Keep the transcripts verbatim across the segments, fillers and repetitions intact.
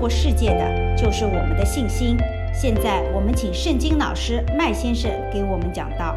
过世界的，就是我们的信心。现在我们请圣经老师麦先生给我们讲道。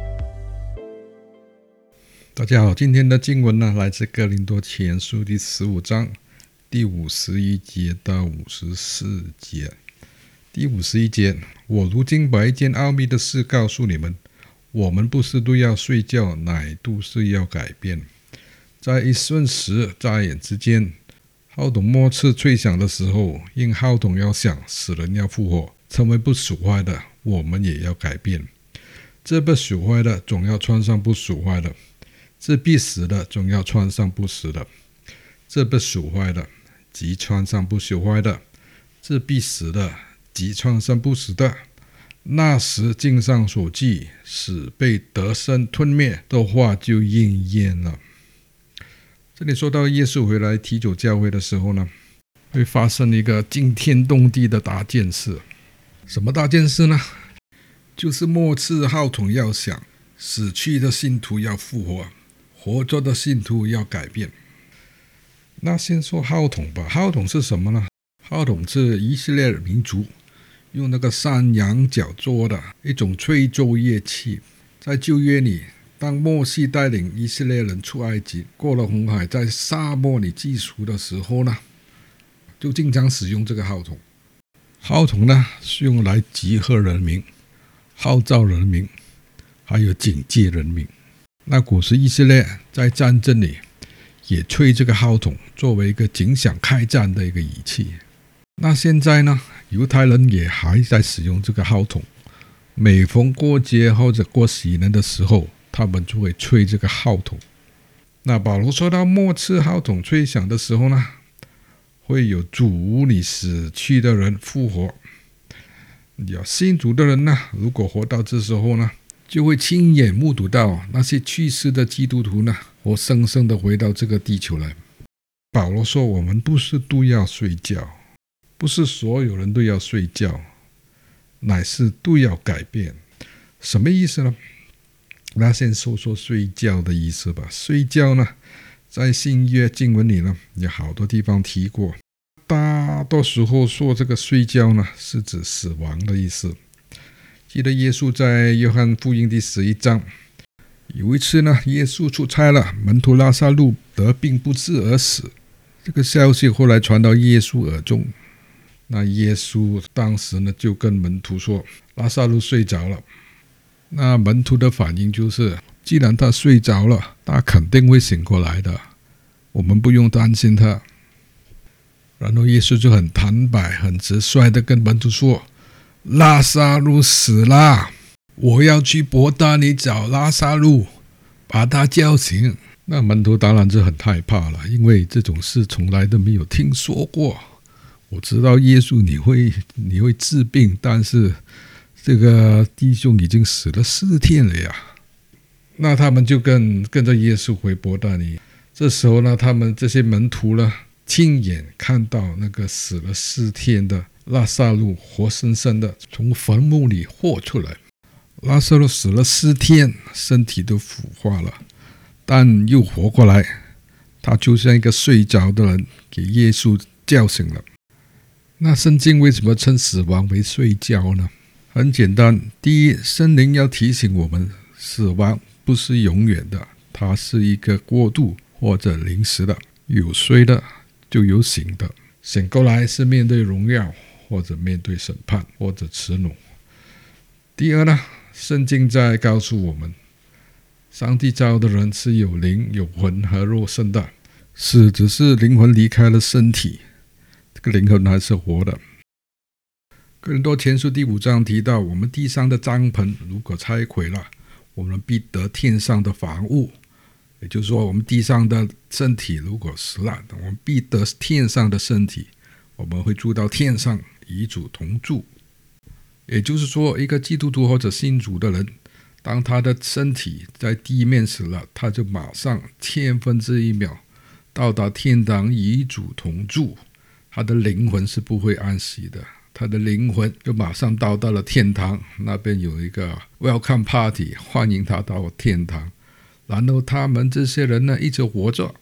大家好，今天的经文呢，来自哥林多前书第十五章第五十一节到五十四节。第五十一节，我如今把一件奥秘的事告诉你们，我们不是都要睡觉，乃都是要改变。在一瞬时眨眼之间，号筒末次吹响的时候，因号筒要响，死人要复活，成为不属坏的，我们也要改变。这不属坏的总要穿上不属坏的，这必死的总要穿上不死的。这不属坏的即穿上不属坏的，这必死的即穿上不死的。那时经上所记死被得生吞灭的话就应验了。这里说到耶稣回来提走教会的时候呢，会发生一个惊天动地的大件事。什么大件事呢？就是末次号筒要响，死去的信徒要复活，活着的信徒要改变。那先说号筒吧。号筒是什么呢？号筒是以色列民族用那个山羊角做的一种吹奏乐器。在旧约里，当摩西带领以色列人出埃及，过了红海，在沙漠里寄宿的时候呢，就经常使用这个号筒。号筒呢，是用来集合人民，号召人民，还有警戒人民。那古时以色列在战争里也吹这个号筒，作为一个警响开战的一个仪器。那现在呢，犹太人也还在使用这个号筒，每逢过节或者过喜年的时候，他们就会吹这个号筒。那保罗说到末次号筒吹响的时候呢，会有主你死去的人复活。有信主的人呢，如果活到这时候呢，就会亲眼目睹到那些去世的基督徒呢，活生生的回到这个地球来。保罗说，我们不是都要睡觉，不是所有人都要睡觉，乃是都要改变。什么意思呢？那先说说睡觉的意思吧。睡觉呢，在新约经文里呢，有好多地方提过。大多时候说这个睡觉呢，是指死亡的意思。记得耶稣在约翰福音第十一章，有一次呢，耶稣出差了，门徒拉撒路得病不治而死。这个消息后来传到耶稣耳中，那耶稣当时呢，就跟门徒说，拉撒路睡着了。那门徒的反应就是，既然他睡着了，他肯定会醒过来的，我们不用担心他。然后耶稣就很坦白很直率的跟门徒说，拉撒路死了，我要去伯大尼找拉撒路，把他叫醒。那门徒当然就很害怕了，因为这种事从来都没有听说过。我知道耶稣你会你会治病，但是这个弟兄已经死了四天了呀。那他们就跟跟着耶稣回伯大尼。这时候呢，他们这些门徒呢，亲眼看到那个死了四天的拉撒路活生生的从坟墓里活出来。拉撒路死了四天，身体都腐化了，但又活过来。他就像一个睡着的人，给耶稣叫醒了。那圣经为什么称死亡为睡觉呢？很简单，第一，圣灵要提醒我们，死亡不是永远的，它是一个过渡或者临时的，有睡的就有醒的，醒过来是面对荣耀，或者面对审判，或者耻辱。第二呢，圣经在告诉我们，上帝造的人是有灵有魂和肉身的，死只是灵魂离开了身体，这个灵魂还是活的。哥林多前书第五章提到，我们地上的帐篷如果拆毁了，我们必得天上的房屋。也就是说，我们地上的身体如果死了，我们必得天上的身体，我们会住到天上，与主同住。也就是说，一个基督徒或者信主的人，当他的身体在地面死了，他就马上千分之一秒到达天堂，与主同住。他的灵魂是不会安息的，他的灵魂就马上到达了天堂，那边有一个 welcome party， 欢迎他到天堂。然后他们这些人呢，一直活着，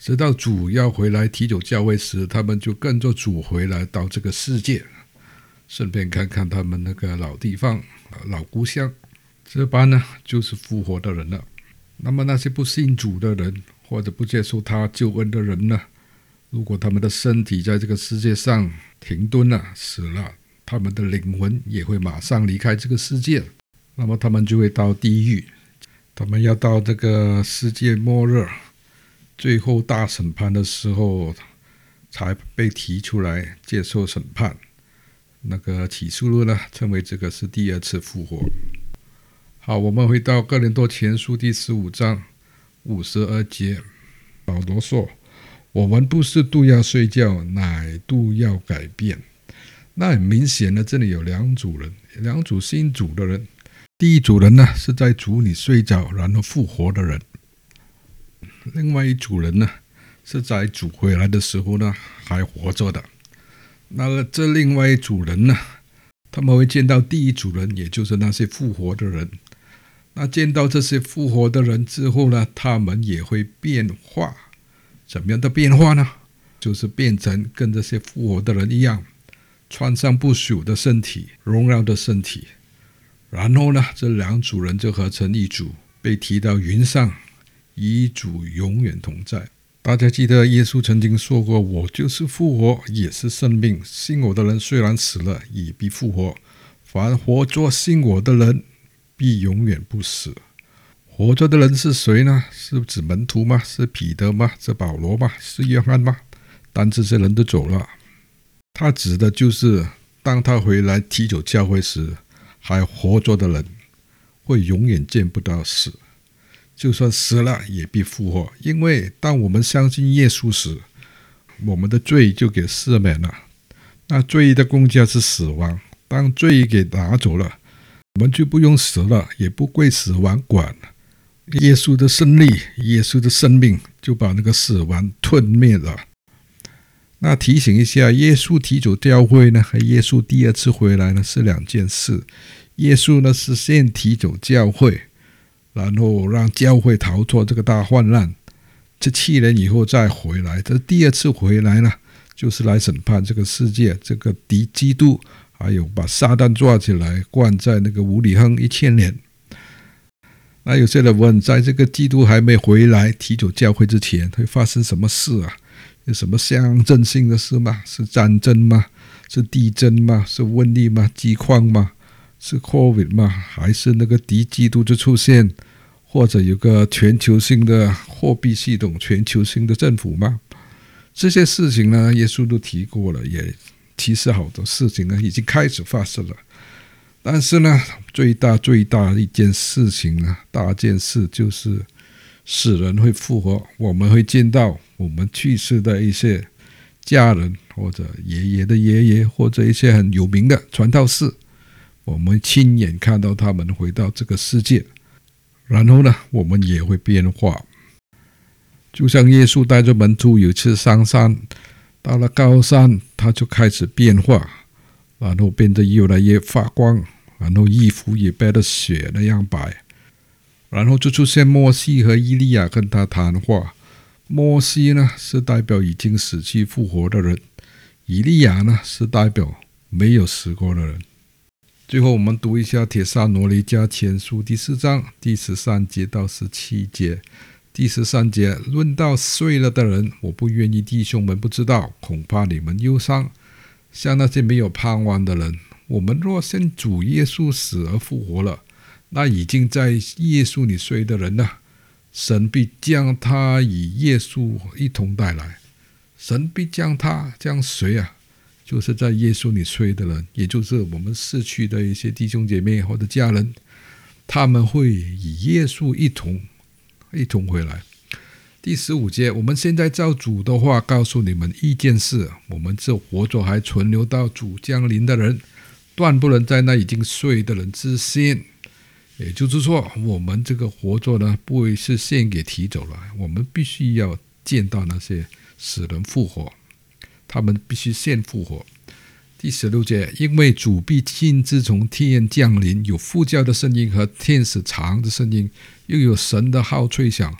直到主要回来提走教会时，他们就跟着主回来到这个世界，顺便看看他们那个老地方、老故乡。这班呢，就是复活的人了。那么那些不信主的人，或者不接受他救恩的人呢，如果他们的身体在这个世界上停顿了、死了，他们的灵魂也会马上离开这个世界，那么他们就会到地狱，他们要到这个世界末日最后大审判的时候才被提出来接受审判。那个启示录呢，称为这个是第二次复活。好，我们回到哥林多前书第十五章五十二节，保罗说，我们不是都要睡觉，乃都要改变。那很明显的，这里有两组人，两组信主的人。第一组人呢，是在主里睡着然后复活的人。另外一组人呢，是在主回来的时候呢还活着的。那个这另外一组人呢，他们会见到第一组人，也就是那些复活的人。那见到这些复活的人之后呢，他们也会变化。怎么样的变化呢？就是变成跟这些复活的人一样，穿上不朽的身体，荣耀的身体。然后呢，这两组人就合成一组，被提到云上，与主永远同在。大家记得耶稣曾经说过，我就是复活，也是生命，信我的人虽然死了，也必复活。凡活着信我的人，必永远不死。活着的人是谁呢？是指门徒吗？是彼得吗？是保罗吗？是约翰吗？但这些人都走了。他指的就是当他回来提走教会时，还活着的人会永远见不到死，就算死了也必复活。因为当我们相信耶稣时，我们的罪就给赦免了。那罪的工价是死亡，当罪给拿走了，我们就不用死了，也不归死亡管。耶稣的胜利，耶稣的生命就把那个死亡吞灭了。那提醒一下，耶稣提走教会呢，和耶稣第二次回来呢是两件事。耶稣呢是先提走教会，然后让教会逃脱这个大患难，这七年以后再回来。这第二次回来呢，就是来审判这个世界，这个敌基督，还有把撒旦抓起来关在那个无底坑一千年。那有些人问，在这个基督还没回来提走教会之前，会发生什么事啊？有什么象征性的事吗？是战争吗？是地震吗？是瘟疫吗？饥荒吗？是 COVID 吗？还是那个敌基督就出现？或者有个全球性的货币系统、全球性的政府吗？这些事情呢，耶稣都提过了，也其实好多事情呢已经开始发生了。但是呢，最大最大的一件事情呢，大件事就是死人会复活，我们会见到我们去世的一些家人，或者爷爷的爷爷，或者一些很有名的传道士，我们亲眼看到他们回到这个世界，然后呢，我们也会变化。就像耶稣带着门徒有一次上山，到了高山，他就开始变化，然后变得越来越发光，然后衣服也变得雪那样白。然后就出现摩西和以利亚跟他谈话。摩西呢是代表已经死去复活的人，以利亚呢是代表没有死过的人。最后我们读一下帖撒罗尼迦前书第四章第十三节到十七节。第十三节，论到睡了的人，我不愿意弟兄们不知道，恐怕你们忧伤，像那些没有盼望的人。我们若信主耶稣死而复活了，那已经在耶稣里睡的人呢，神必将他与耶稣一同带来。神必将他将谁啊？就是在耶稣里睡的人，也就是我们逝去的一些弟兄姐妹或者家人，他们会与耶稣一同一同回来。第十五节，我们现在照主的话告诉你们一件事，我们这活着还存留到主降临的人，断不能在那已经睡的人之先。也就是说，我们这个活着呢，不会是先给提走了，我们必须要见到那些死人复活，他们必须先复活。第十六节，因为主必亲自从天降临，有呼叫的声音和天使长的声音，又有神的号吹响，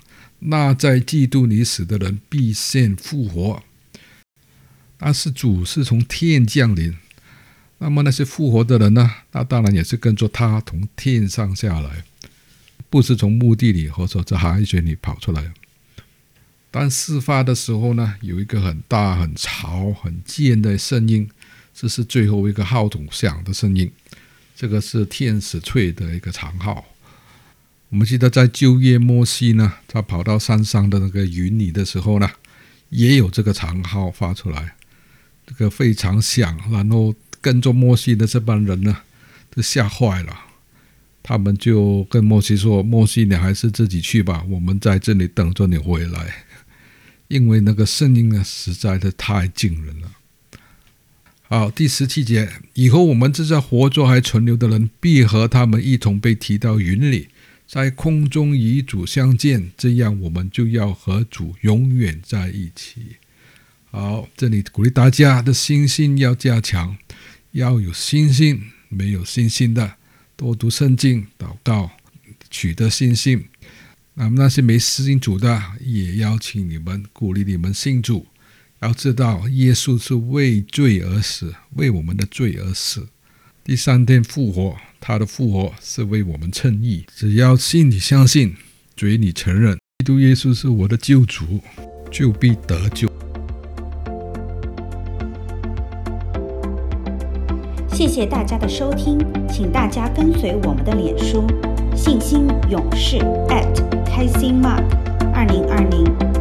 那在基督里死的人必先复活。但是主是从天降临，那么那些复活的人呢，那当然也是跟着他从天上下来，不是从墓地里或者在海水里跑出来。当事发的时候呢，有一个很大很吵很尖的声音，这是最后一个号筒响的声音，这个是天使吹的一个长号。我们记得在旧约摩西呢，他跑到山上的那个云里的时候呢，也有这个长号发出来，这个非常响，然后跟着摩西的这帮人呢都吓坏了，他们就跟摩西说，摩西你还是自己去吧，我们在这里等着你回来，因为那个声音呢实在是太惊人了。好，第十七节，以后我们这些活着还存留的人必和他们一同被提到云里，在空中与主相见，这样我们就要和主永远在一起。好，这里鼓励大家的信心要加强，要有信心，没有信心的多读圣经祷告，取得信心。那么那些没信主的，也邀请你们，鼓励你们信主。要知道耶稣是为罪而死，为我们的罪而死，第三天复活，他的复活是为我们称义。只要心里相信，嘴里承认基督耶稣是我的救主，就必得救。 谢谢大家的收听，请大家跟随我们的脸书信心勇士 at 开心 mark 二零二零